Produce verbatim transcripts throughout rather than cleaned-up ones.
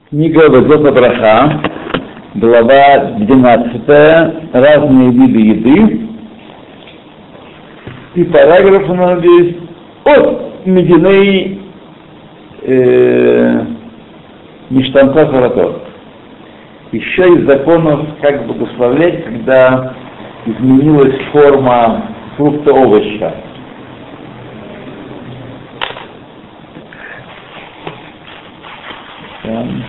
Книга Везот Браха, глава двенадцатая, разные виды еды. И параграф у нас здесь от Мединей э, Ништанца Харатот. Еще из законов, как благословлять, когда изменилась форма фрукта овоща. Стакан,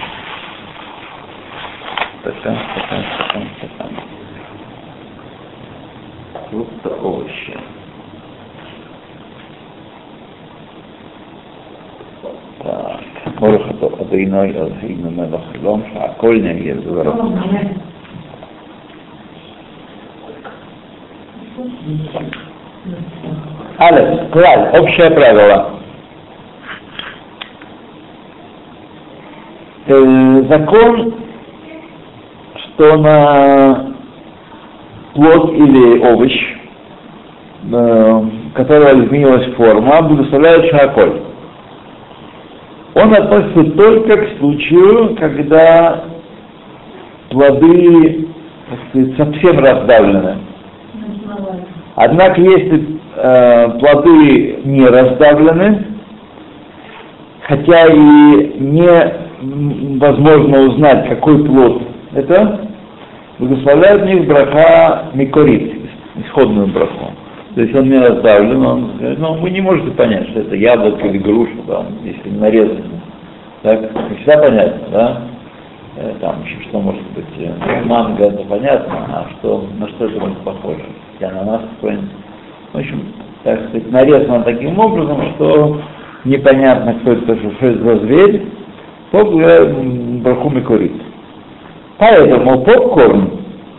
стакан, стакан, стакан, стакан. Фрукта овоща. Так, Борохато Адейной Алхейну Мелахлом, Шаакольня Езворот. Алес, клаль, общее правило. Э, закон, что на плод или овощ, э, которого изменилась форма, благословляет шааколь. Он относится только к случаю, когда плоды, так сказать, совсем раздавлены. Однако, если э, плоды не раздавлены, хотя и невозможно узнать, какой плод это, благословляют в них браха микорит, исходную браху. То есть он не раздавлен, он, ну, вы не можете понять, что это яблоко или груша, там, если нарезано. Так, всегда понятно, да? Там еще что может быть, манго, это понятно, а что, на что это может похоже? Ананас какой-нибудь. В общем, так сказать, нарезано таким образом, что непонятно, кто это, что это за зверь, то браху микорит. Поэтому попкорн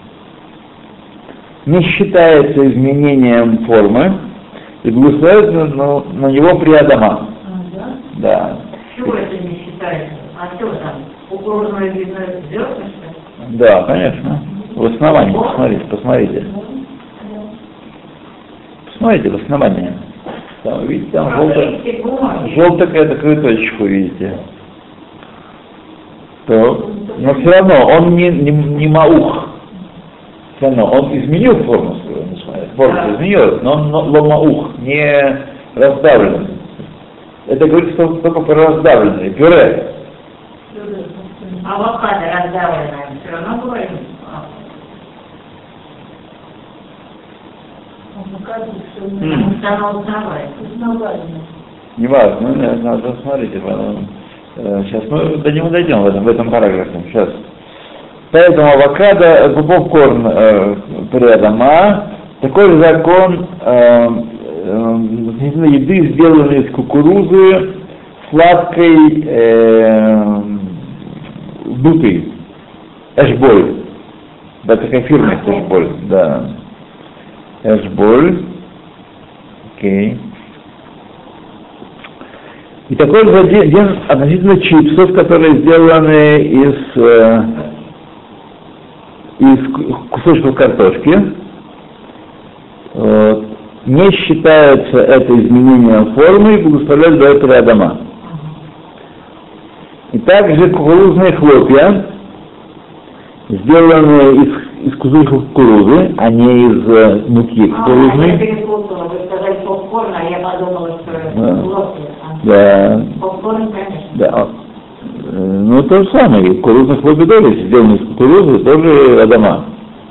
не считается изменением формы и благословляется на, на него при Адама. А, да? Да. Чего это не считается? А что там? Укорное видно звезды? Да, конечно. В основании, посмотрите, посмотрите. Посмотрите, в основании. Там, видите, там желтая, желтая какая-то точечку, видите. То, но все равно он не, не, не маух. Все равно он изменил форму свою, форму изменил, но он ломаух, не раздавленный. Это говорит что только про раздавленное, пюре. Авокадо раздавленное, все равно говорим. Авокадо все узнаваемо. Не важно, ну, надо смотреть, потом. Сейчас мы до него дойдем в этом, в этом параграфе. Сейчас. Поэтому авокадо, попкорн э, при Адама, такой же закон э, э, еды, сделанной из кукурузы, сладкой, э, дутой, эшболь. Да, такая фирма есть эшболь, да. Эшболь. Окей. И такой же день относительно чипсов, которые сделаны из, э, из кусочков картошки. Вот. Не считается это изменением формы и благословляют до этого Адама. И также кукурузные хлопья, сделанные из, из кусочков кукурузы, а не из э, муки кукурузной. А, я перепутала, вы сказали попкорн, а я подумала, что это хлопья. Да. Попкорн, конечно. Да. Ну, то же самое. Кукурузные хлопья тоже сделаны из кукурузы, тоже Адама.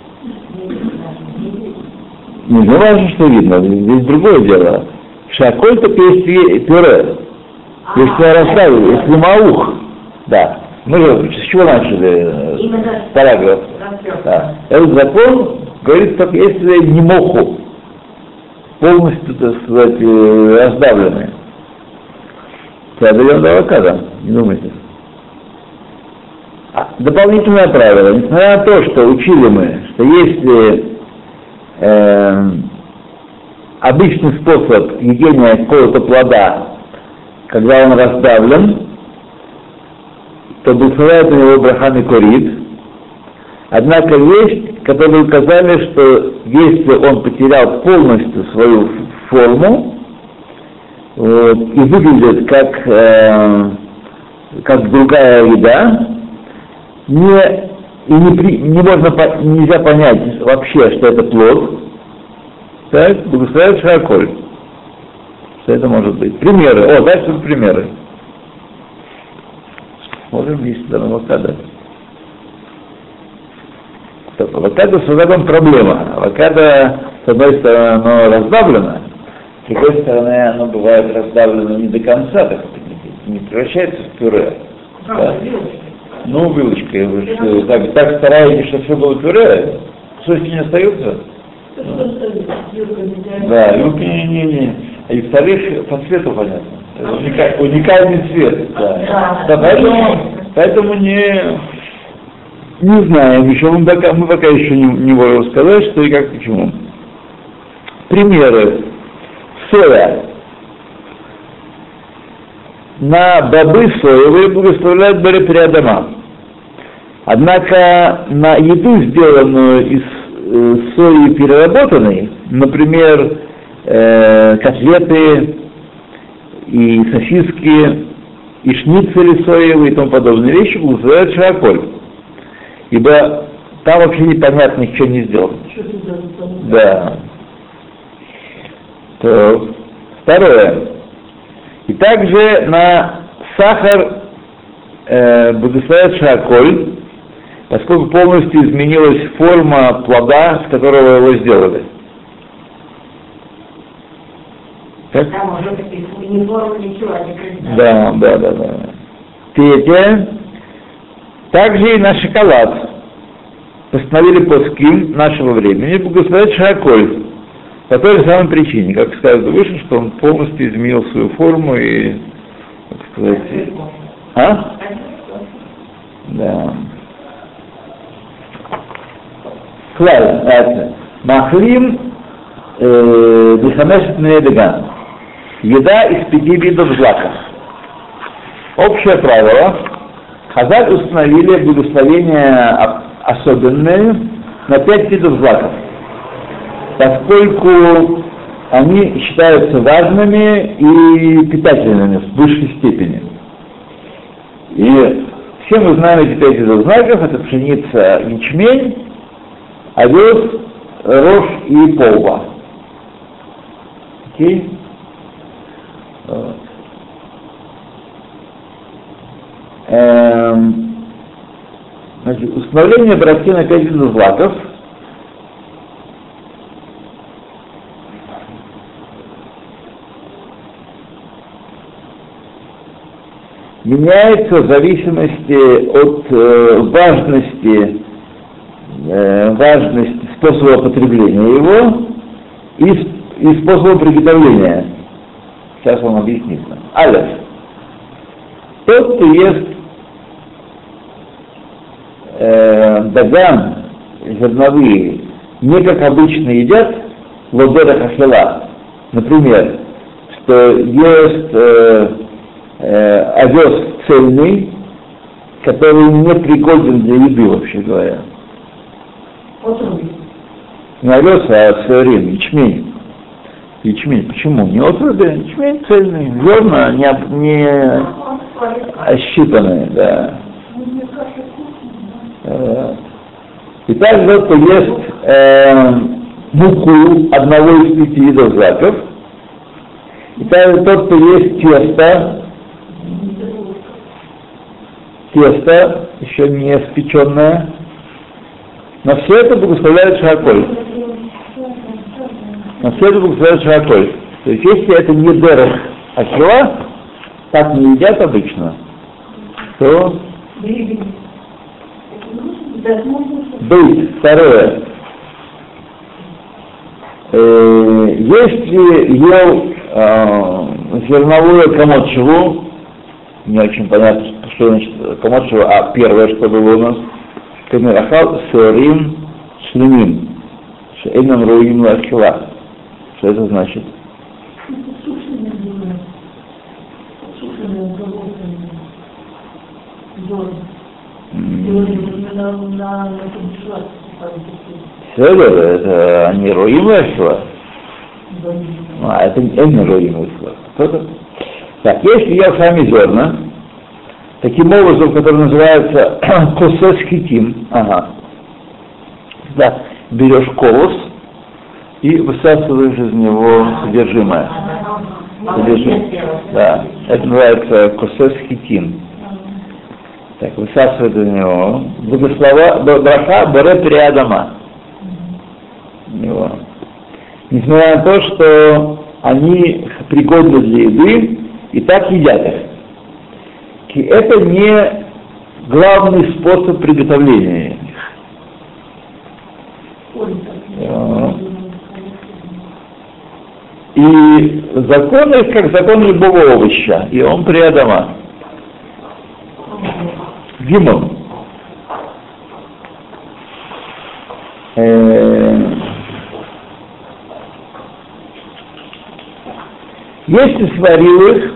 Не важно, что видно, здесь другое дело. Шаколь только есть пюре. Если я расставил, если маух. Да. Мы же с чего начали параграф? Да. Этот закон говорит, только если не моху, полностью, так сказать, раздавленные. Тогда дойдем до авокадо, не думайте. А, дополнительное правило. Несмотря на то, что учили мы, что если э, обычный способ едения какого-то плода, когда он раздавлен, то благословляет на него браха микорит. Однако есть, которые указали, что если он потерял полностью свою форму, вот, и выглядит как, э, как другая еда, не, и не, при, не можно, нельзя понять вообще, что это плод, так, благословляют Шаколь. Что это может быть? Примеры. О, дальше примеры. Смотрим, есть там авокадо. Стоп, авокадо с авокадом проблема. Авокадо, с одной стороны, оно раздавлено, с другой стороны, оно бывает раздавлено не до конца, так не превращается в пюре. Да, Да? Ну, вилочкой. Вы что, так, так стараетесь, чтобы все было пюре? Кусочки не остаются? Да, вилки не-не-не. И вторых, по цвету понятно. Это уника, уникальный цвет. Да. Да, поэтому, поэтому не, не знаем, еще мы пока, мы пока еще не, не можем сказать, что и как, почему. Примеры. Соя. На бобы соевые благословляют Баре-Переадама. Однако на еду, сделанную из э, сои переработанной, например, э, котлеты и сосиски, и шницели соевые и тому подобные вещи благословляют Шаколь. Ибо там вообще непонятно, что не сделано. Да. То, второе. И также на сахар э, благословляют Шаколь, поскольку полностью изменилась форма плода, с которого его сделали. Так? Там уже такие не формы, ничего, не Да, да, да, да. Третье. Также и на шоколад постановили поским нашего времени благословлять Шаколь. По той же самой причине, как сказано выше, что он полностью изменил свою форму и, так сказать... А? Да. Клаль, это. Махлим дихамешетный деган. Еда из пяти видов злаков. Общее правило. Хазаль установили благословение особенное на пять видов злаков, поскольку они считаются важными и питательными в высшей степени. И все мы знаем эти пять видов злаков: это пшеница, ячмень, овес, рожь и полба. Окей? Вот. Эм, значит, установление браки на пять видов злаков меняется в зависимости от э, важности, э, важности способа потребления его и, и способа приготовления. Сейчас вам объяснит. Алеф. Тот, кто ест э, даган, зерновые, не как обычно едят лодера хашела. Например, что ест э, э, овес цельный, который не пригоден для еды, вообще говоря. Не овес, а северин, ячмень. Ячмень. Почему? Не отруби, ячмень цельный. Зерна не, не ощипанные, да. И также тот, кто ест э, муку одного из пяти видов злаков, и также тот, кто ест тесто, тесто, еще не спеченное, на все это благословляют Шаколь. На все это благословляют Шаколь. То есть, если это не дерех ахила, так не едят обычно, то... Быть. Второе. Э, если ел э, зерновую камотчеву, не очень понятно, что значит камотчева, а первое, что было у нас, камерахал сеорим шлемим, шеэйнам руим лахила. Что это значит? Седер, это они руим лахила? А, это не руим лахила. Так, если я сами зерна, таким образом, который называется косес хитим. Ага. Да, берешь колос и высасываешь из него содержимое. Содержимое. Да, это называется косес хитим. Так, высасывает из него. Благослова, браха берет рядома. Него. Несмотря на то, что они пригодны для еды, и так едят их. И это не главный способ приготовления их. И закон их как закон любого овоща, и он приадама. Гимон. Если сварил их,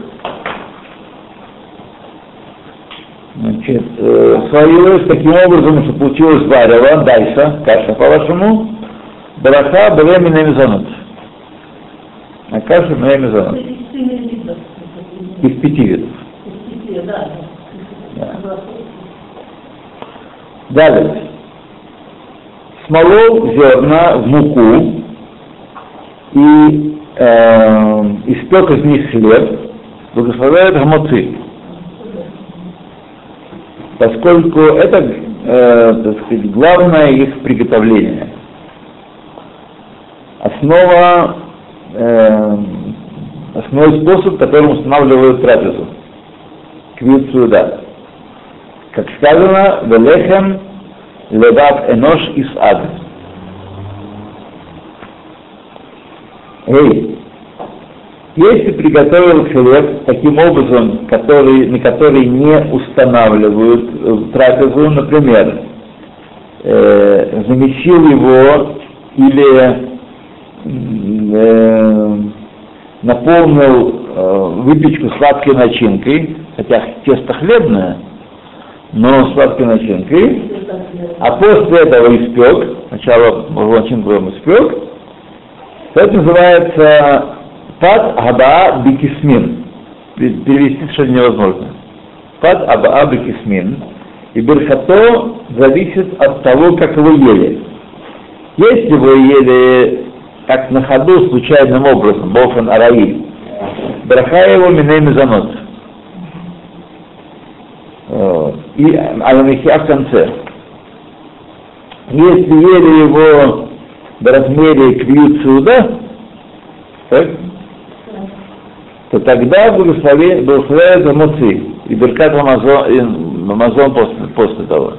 значит, э, сварил их таким образом, что получилось варево, дайса, каша по-вашему, браха беременная мезонот. А каша беременная мезонот. Из пяти видов. Да. Далее. Смолол зерна в муку и э, испек из них хлеб, благословляет гамоци. Поскольку это, э, так сказать, главное их приготовление. Основа, э, основной способ, которым устанавливают трапезу. Квит суда. Как сказано, велехем ледат энош из ад. Эй, если приготовил хлеб таким образом, который, на который не устанавливают трапезу, например, э, замесил его или э, наполнил э, выпечку сладкой начинкой, хотя тесто хлебное, но сладкой начинкой, а после этого испек, сначала начинку потом испек, это называется пад аба бикисмин. Перевести совершенно невозможно. Пад аба бикисмин. И берхато зависит от того, как вы ели. Если вы ели как на ходу, случайным образом, бофан араи, браха его миней мезонот. И аламихия в конце. Если ели его в размере квиют суда, так, то тогда благословляют амоци и беркат Амазон, Амазон после, после того.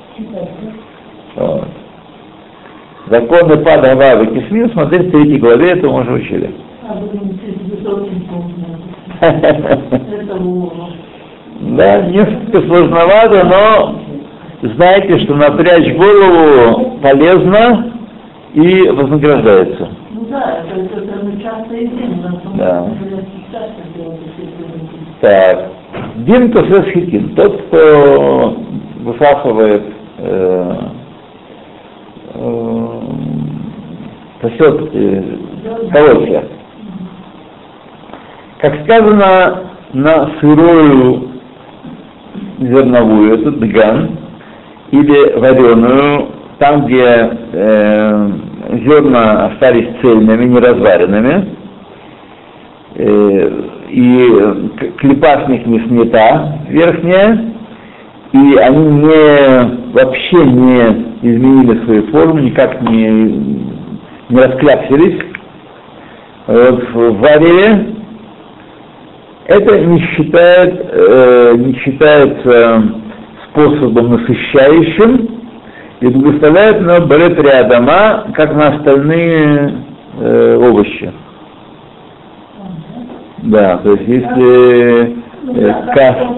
Вот. Законы пада Ава Кисмин, смотрите в третьей главе, это мы уже учили. Да, несколько сложновато, но знайте, что напрячь голову полезно и вознаграждается. Ну да, это, это, это часто и день, да. Так, дин косес хитин, тот, кто высасывает, э, э, пасет э, колосья. Как сказано, на сырую зерновую, это дган, или вареную, там, где э, зерна остались цельными, не разваренными, э, и клепа с них не снята верхняя, и они не, вообще не изменили свою форму, никак не, не раскляпсились. Вот в варе это не, считает, э, не считается способом насыщающим, и благословляет на берет рядома, как на остальные э, овощи. Да, то есть если э, ка...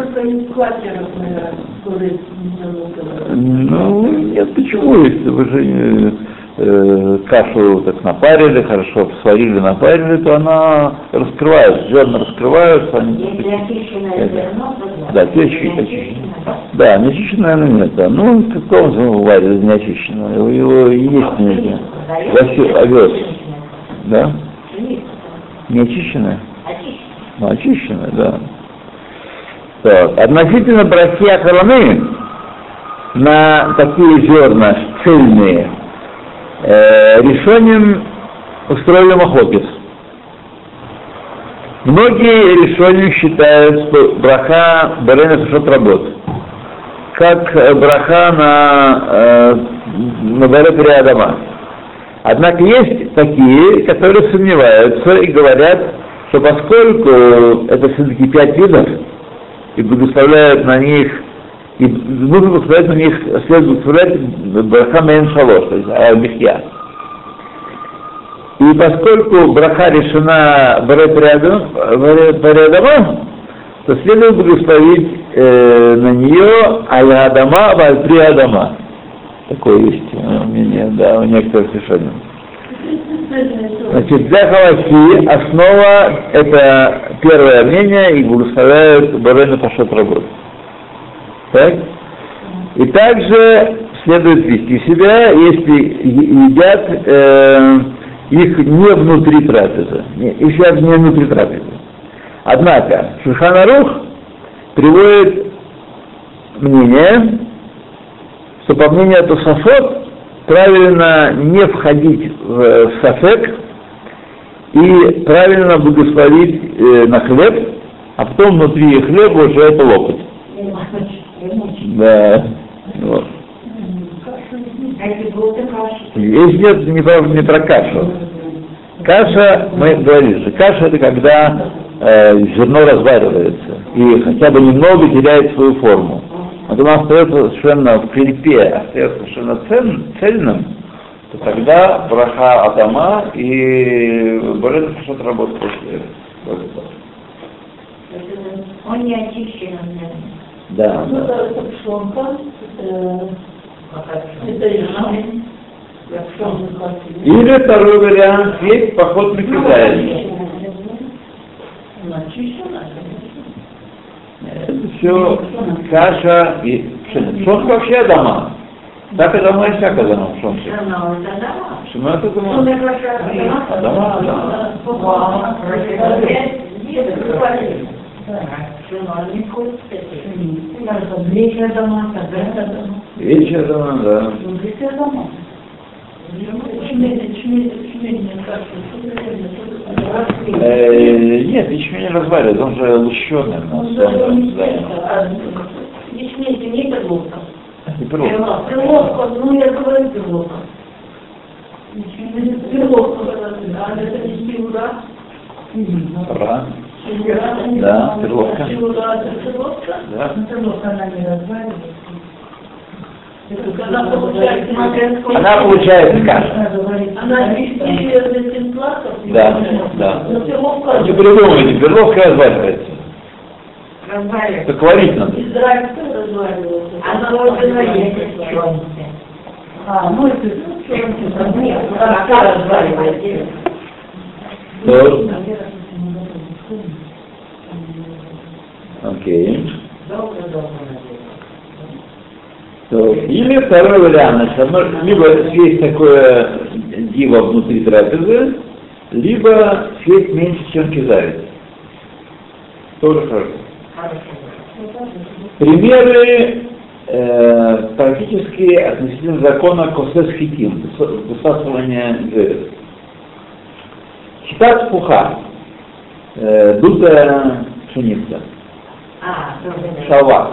Ну, нет, почему, если вы же э, кашу так напарили, хорошо сварили, напарили, то она раскрывается, зерна раскрываются, они... Если очищенное зерно, то да, очищенное. Да, неочищенное, наверное, нет, да. Ну, в каком варе неочищенное? Его, его и есть нельзя. Васил, овес. Да? Неочищенное? Ну, очищенное, да. То, относительно брахи Ахроны на такие зерна цельные, э, решением устроили махлокис. Многие решения считают, что браха Беренес Шот работ, как браха на, э, на Бере Переадама. Однако есть такие, которые сомневаются и говорят, что поскольку это все-таки пять видов, и благословляют на них, и нужно благословлять на них, следует благословлять браха Мейн Шалош, то есть Аль-Михья. И поскольку браха решена Бере Переадама, то следует благословить э, на нее Аль-Адама, Аль-Приадама. Такое есть мнение, да, у некоторых решений. Значит, для Халахи основа — это первое мнение, и благословляют Бере Пашот работу. Так? И также следует вести себя, если едят э, их не внутри трапезы, их едят не внутри трапезы. Однако Шульхан Арух приводит мнение, что по мнению Тосафот правильно не входить в сафек и правильно благословить э, на хлеб, а потом внутри хлеба уже это лопать. Да. Вот. Если нет, не про, не про кашу. Каша, мы говорили же, каша — это когда э, зерно разваривается и хотя бы немного теряет свою форму. Вот он остается совершенно в клепе, остается совершенно цель, цельным, то тогда браха Адама и Бере Пашот работает после этого. Он не очищен. Да, Ну, да. это пшонка, это решение. Или второй вариант, есть поход на Китай. Это все каша и пшенка. Пшонка вообще Адама. Так Адама и всяк Адама в пшонке. Почему это Адама? Адама, да. Вечер Адама, да. Э, нет, ячмень не разваривает, он же лущеный. Ячмень, это не перловка. Не перловка. Перловка, ну я говорю перловка. Перловка, а это не пилура. Ра. Да, перловка. Пилура, это перловка? Да. Перловка, она не разваривается. Она получается, Она получается каша. она из тенплатов. Да, да. Но перловка. Не придумайте, перловка разваливается. Разваливается. Так варить надо. Израиль тоже разваливается. Она тоже разваливается. А, ну это Нет, она разваливается. То. Окей. То. Или второй вариант, значит, одно, либо съесть такое диво внутри трапезы, либо съесть меньше, чем кизарец. Тоже хорошо. Примеры э, практически относительно закона Косес Хитим, высасывания зверя. Хитат пуха, э, дутая пшеница, А, тоже. шалва.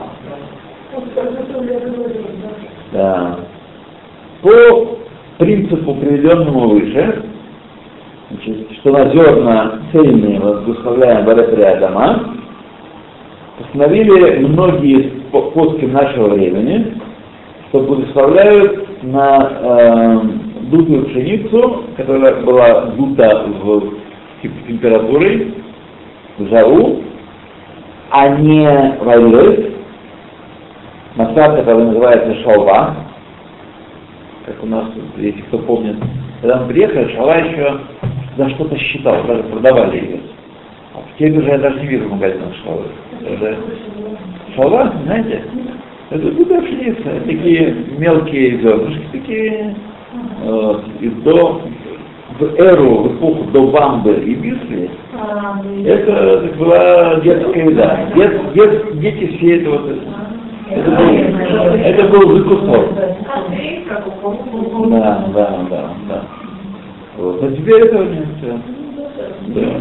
Да. По принципу, приведенному выше, значит, что на зерна цельные благословляем Бере Переадама, постановили многие постки нашего времени, что благословляют на э, дутую пшеницу, которая была дута в температурой, в жару, а не варилась, масло, которое называется шалва, как у нас, если кто помнит, когда мы приехали, шалва еще за что-то считал, даже продавали ее. А в те уже я даже не вижу в магазинах шалвы. Это шалва, знаете, это дутая пшеница, такие мелкие зернышки, такие, вот, и до, в эру, в эпоху до Бамбы и Бисли, А, ну, это была детская еда. Дет, дет, дети все это вот, это был, это был выкусок. Да, да, да, да. Вот. Но теперь этого нет. Все. Да.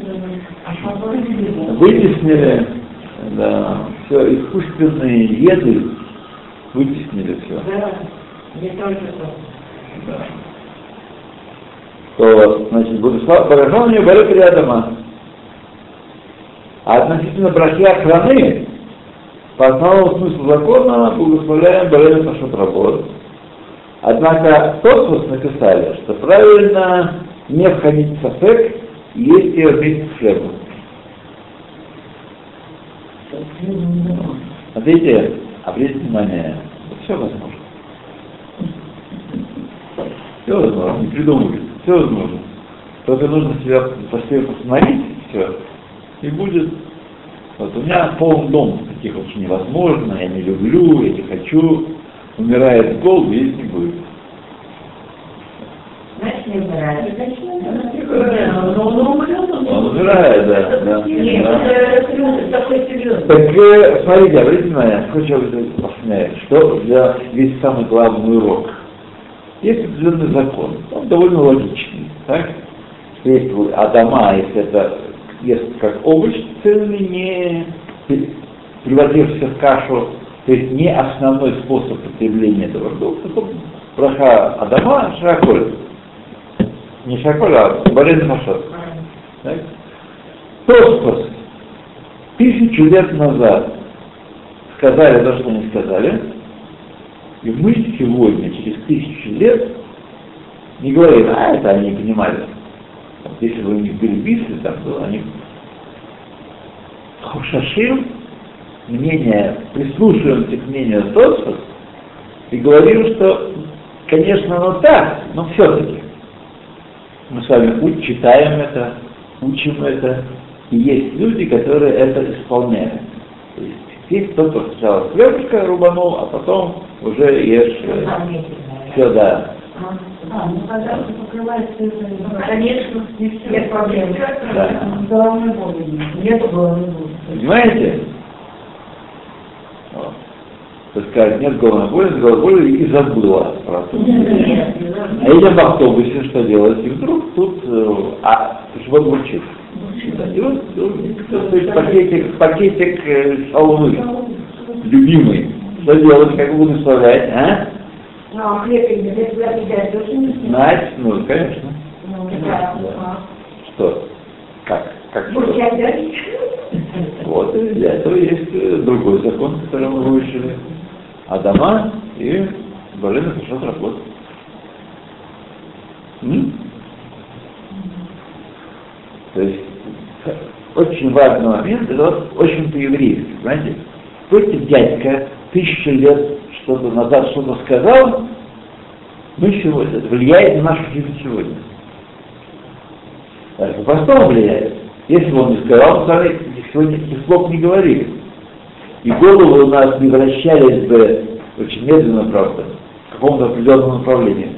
Вытеснили, да, все, искусственные еды вытеснили все. Да, не только то. Да. То, значит, благословение Барух рядом. А относительно брахи охраны, по основному смыслу закона благословляем Барух Пашот работ. Однако Тосфос написали, что правильно не входить в сафек и есть ее вместе с хлебом. Смотрите, обратите внимание, все возможно. Все возможно, не придумывать, все возможно. Только нужно себя по себе постановить, все, и будет. Вот у меня полный дом таких вот, что невозможно, я не люблю, я не хочу, умирает с голоду, есть не будет. Значит, не умирает. Он умирает, да, да. Нет, да. это такой серьезный. Так, э, смотрите, обратите внимание, хочу посмотреть, что для весь самый главный урок. Есть определенный закон, он довольно логичный, так? Что если Адама, если это ест как овощ цельный, не превратившийся в кашу, то есть не основной способ потребления этого продукта, то браха Адама шаколь. Не шаколь, а Барух Пашот. Тосфос тысячу лет назад сказали то, что они сказали, и мы сегодня, через тысячу лет, не говорим, а это они понимали. Если бы у них были бисли, там было, они Хошашим, мнение, прислушиваемся к мнению Тосфос и говорим, что, конечно, оно так, но все-таки. Мы с вами уч, читаем это, учим это, и есть люди, которые это исполняют. То есть есть кто-то сначала хлебушка рубанул, а потом уже ешь все, да. А, ну тогда это покрывается это, Ну, конечно, не все. нет проблем. Да. Головной боли нет. Нет головной боли. Понимаете? Вот. Так сказать, нет головной боли, с головной боли и забыла про то. Нет, А едем в автобусе, что делать? И вдруг тут, э, а, живот бурчит. И вот, то есть пакетик, пакетик э, шалвы, любимый. Что делать, как вы наставлять, а? Ну, а хлеб и без этого едят очень вкусно. Знать, ну, конечно. Ну, да. Что? Как? Как что? Бурчать, да? Вот, и для этого есть э, другой закон, который мы выучили. Адама и Барух Пашот работ. М? То есть очень важный момент, это вот очень по-еврейски, знаете, какой-то дядька тысячу лет что-то назад что-то сказал, мы сегодня, это влияет на нашу жизнь сегодня. Так, по-простому влияет. Если бы он не сказал, то сегодня этих слов не говорили. И головы у нас не вращались бы очень медленно, правда, в каком-то определенном направлении.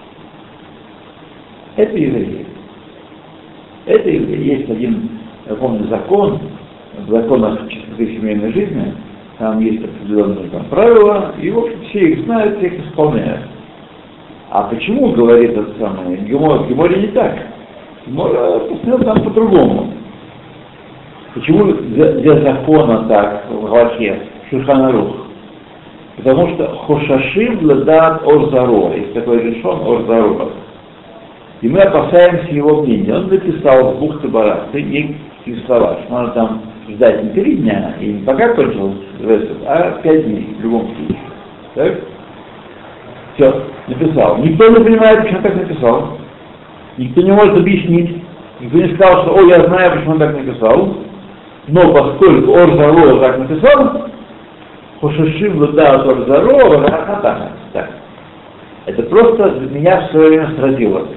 Это евреи. Это есть один, я помню, закон, в законах чистоты семейной жизни, там есть определенные там правила, и, в общем, все их знают, все их исполняют. А почему, говорит это самое, Гемор, в Геморе не так. Гемора посмотрел там по-другому. Почему для, для закона так, в Галахе, Шульхан Арух? Потому что Хошашим ладат Ор-Заро, есть такой решен Ор-Заро. И мы опасаемся его мнения. Он написал в бухты Барах, ты не слова, что надо там ждать не три дня, и не пока кончилось, а пять дней, в любом случае. Так? Все, написал. Никто не понимает, почему он так написал. Никто не может объяснить. Никто не сказал, что, о, я знаю, почему он так написал. Но поскольку Ор-Заро так написал, Хошашим ладат Ор-Заро, так. Это просто для меня в свое время сразило.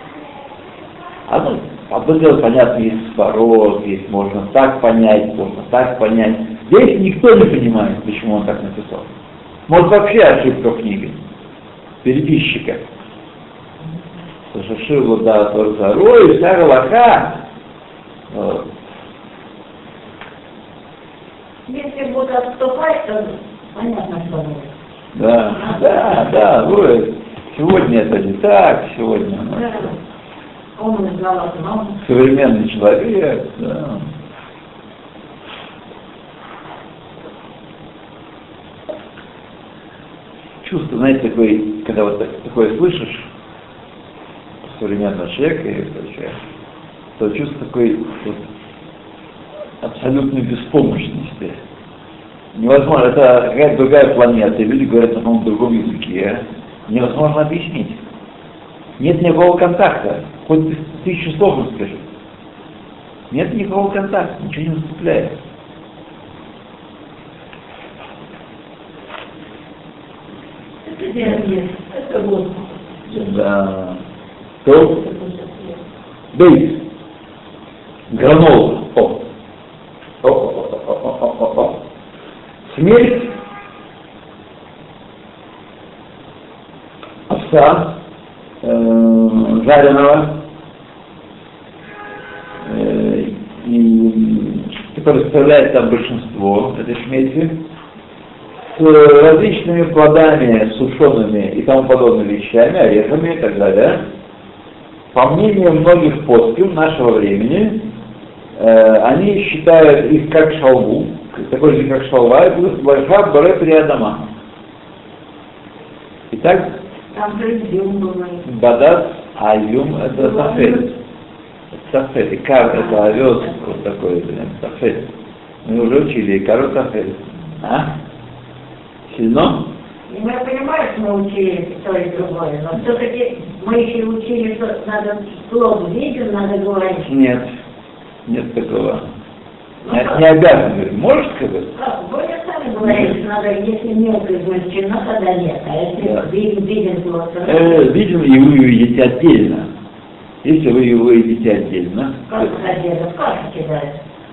А ну, одно дело, понятно, есть сворот, есть, можно так понять, можно так понять. Здесь никто не понимает, почему он так написал. Может, вообще ошибка в книге, переписчика. Шашиву, да, Торцару, и вся галаха. Вот. Если будут отступать, то понятно, что будет. Да, да, да, будет. Сегодня это не так, сегодня у нас Он изгнал но... современный человек, да. Чувство, знаете, такое, когда вот так, такое слышишь современного человека и прочее, то чувство такой вот, абсолютной беспомощности. Невозможно, это какая-то другая планета, и люди говорят на каком-то другом языке. Невозможно объяснить. Нет никакого контакта. Хоть ты тысячу слов скажи. Нет никакого контакта, ничего не наступляет. Это диагноз, это вот. Да. То? Бейс. Гранола. О. О, о, о, о, о, о, о. Смерть. Овса. Э, жареного. Э, и, который составляет там большинство этой смеси. С различными плодами, сушеными и тому подобными вещами, орехами и так далее. По мнению многих постов нашего времени, э, они считают их как шалву, такой же как шалва, и будут браха баре приадама. Итак, Там же изюм бывает. бадат, аюм это тафет. Тафет, икар это овес, вот такой, тафет. Мы уже учили икар это тафет. А? Сильно? И мы понимаем, что мы учили то и другое, но все-таки мы еще учили, что надо слово видим, надо говорить. Нет, нет такого. Не, не обязан говорить. Можешь сказать? Как? Вы же сами говорите, что надо, если мелко измельчено, тогда нет, а если Да. видим, видим зло, то Э, видим, и вы едите отдельно. Если вы его едите отдельно, как хотели, в кашу кидают.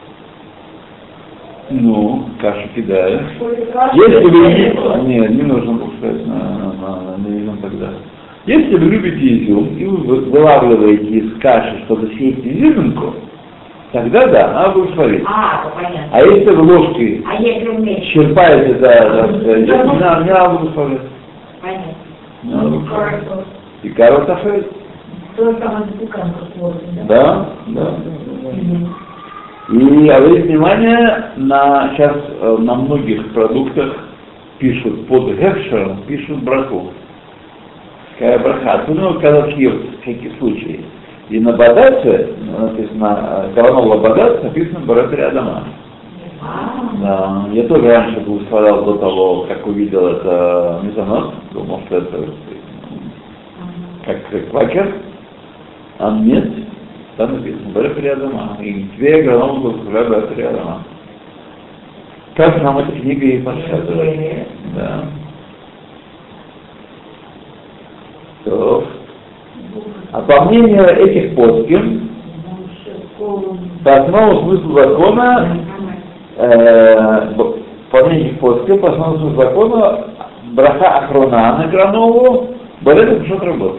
ну, кашу кидаю. Что-то каша, Если вы это едите... вот. Нет, не нужно пускать на, на, на изюм тогда. Если вы любите изюм, и вы вылавливаете из каши, чтобы съесть изюминку, тогда да, она будет сварить. А, то понятно. А если вы ложкой А если вместе? черпаете, да, да, да, не надо, не надо будет сварить. Понятно. Не надо будет сварить. Хорошо. И короче, тафет. Только на запеканку смотрим, да? Да, да, да. Мгм. И обратите внимание, на, сейчас э, на многих продуктах пишут под гефшером, пишут браху. Какая браха. Особенно когда съел, всякий случай. И на бадаце, написано, гранола бадац, написано барат рядома. А, Да. Я тоже раньше благословлял до того, как увидел это мезонос, думал, что это как квакер, а нет. Там написано барат рядома. И две гранолы благословляют барат рядома. Как нам эта книга и подсказывает. Да. То. А по мнению этих поским, по основному смыслу закона, э, по мнению этих поским, по основному смыслу закона, браха охрона на гранолу, барет пошел работать.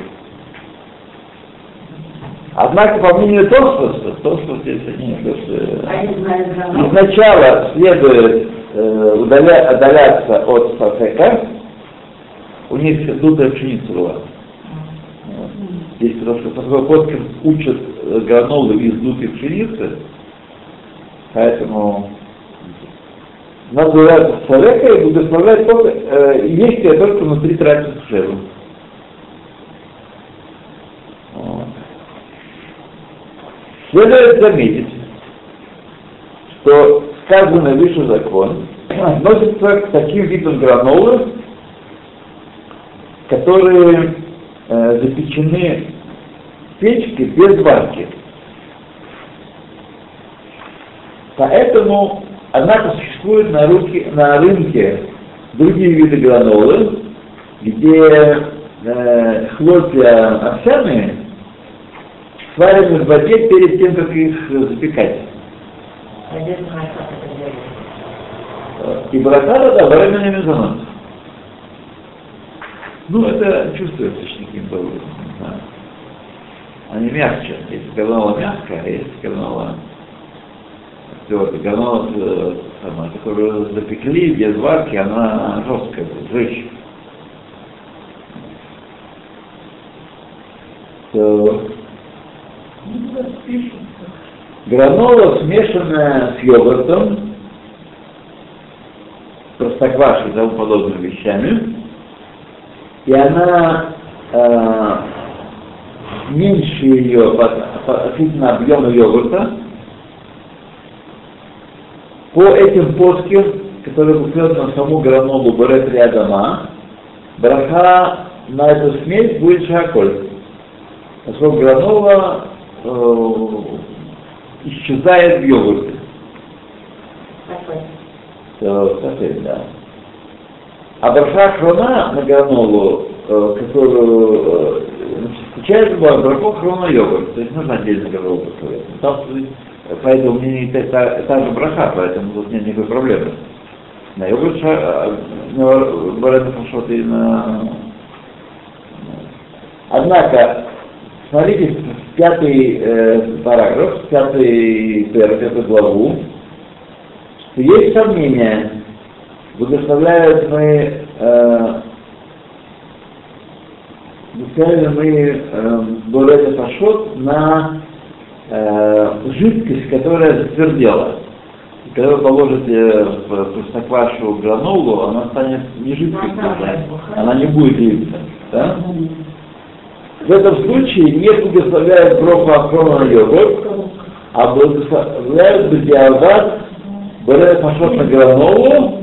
Однако, по мнению Тосфоса, Тосфос здесь нет, а не знаю, гранат. сначала следует э, удаля, удаляться от сафека, у них дутая пшеница была. Здесь, потому что Паскаль учат э, гранолы из дутой пшеницы, поэтому надо удаляться с сафека и благословлять только, э, есть я только внутри тратить шеру. Следует заметить, что сказанный выше закон относится к таким видам гранолы, которые э, запечены в печке без варки. Поэтому, однако, существуют на, руки, на рынке другие виды гранолы, где э, хлопья овсяные сварены в воде перед тем, как их запекать. Я не знаю, как это делать. И браха, да, временный мезонос. Ну, это чувствуется каким-то образом, не знаю. они мягче. Если гранола мягкая, а если гранола твердая, гранола, самая, которую запекли без варки, она жесткая будет, жестче. То гранола, смешанная с йогуртом, простоквашей и тому подобными вещами, и она э, меньше ее относительно объема йогурта, по этим поским, которые выходят на саму гранолу Борет Рядама, браха на эту смесь будет шаколь. Поскольку гранола э, исчезает в йогурте. То, совсем, да. А браха хрона на гранолу, э, которую э, включает браха хрона йогурт, то есть нужно отдельно гранулу поставить. Поэтому мне не та, та, та же браха, поэтому тут нет никакой проблемы. На йогурт говорят, что ты на... Однако, смотрите, пятый э, параграф, пятый пер, пятую главу, что есть сомнения, благословляют мы, э, благословляем мы э, Борет Пашот на э, жидкость, которая затвердела. И когда вы положите в простоквашу гранолу, она станет не жидкой, она не будет литься. Да? В этом случае не благословляют броху Ахрона на йогурт, а благословляют бедиават Борет Пашот на гранолу,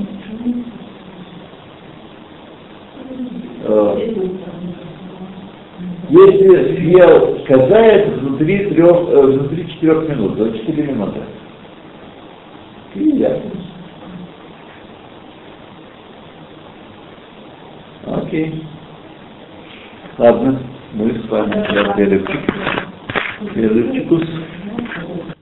если съел казает внутри трех, э, внутри четырех минут, до четыре минуты. И ясно. Окей. Ладно, мы с вами для перерывчик. Перерывчикус.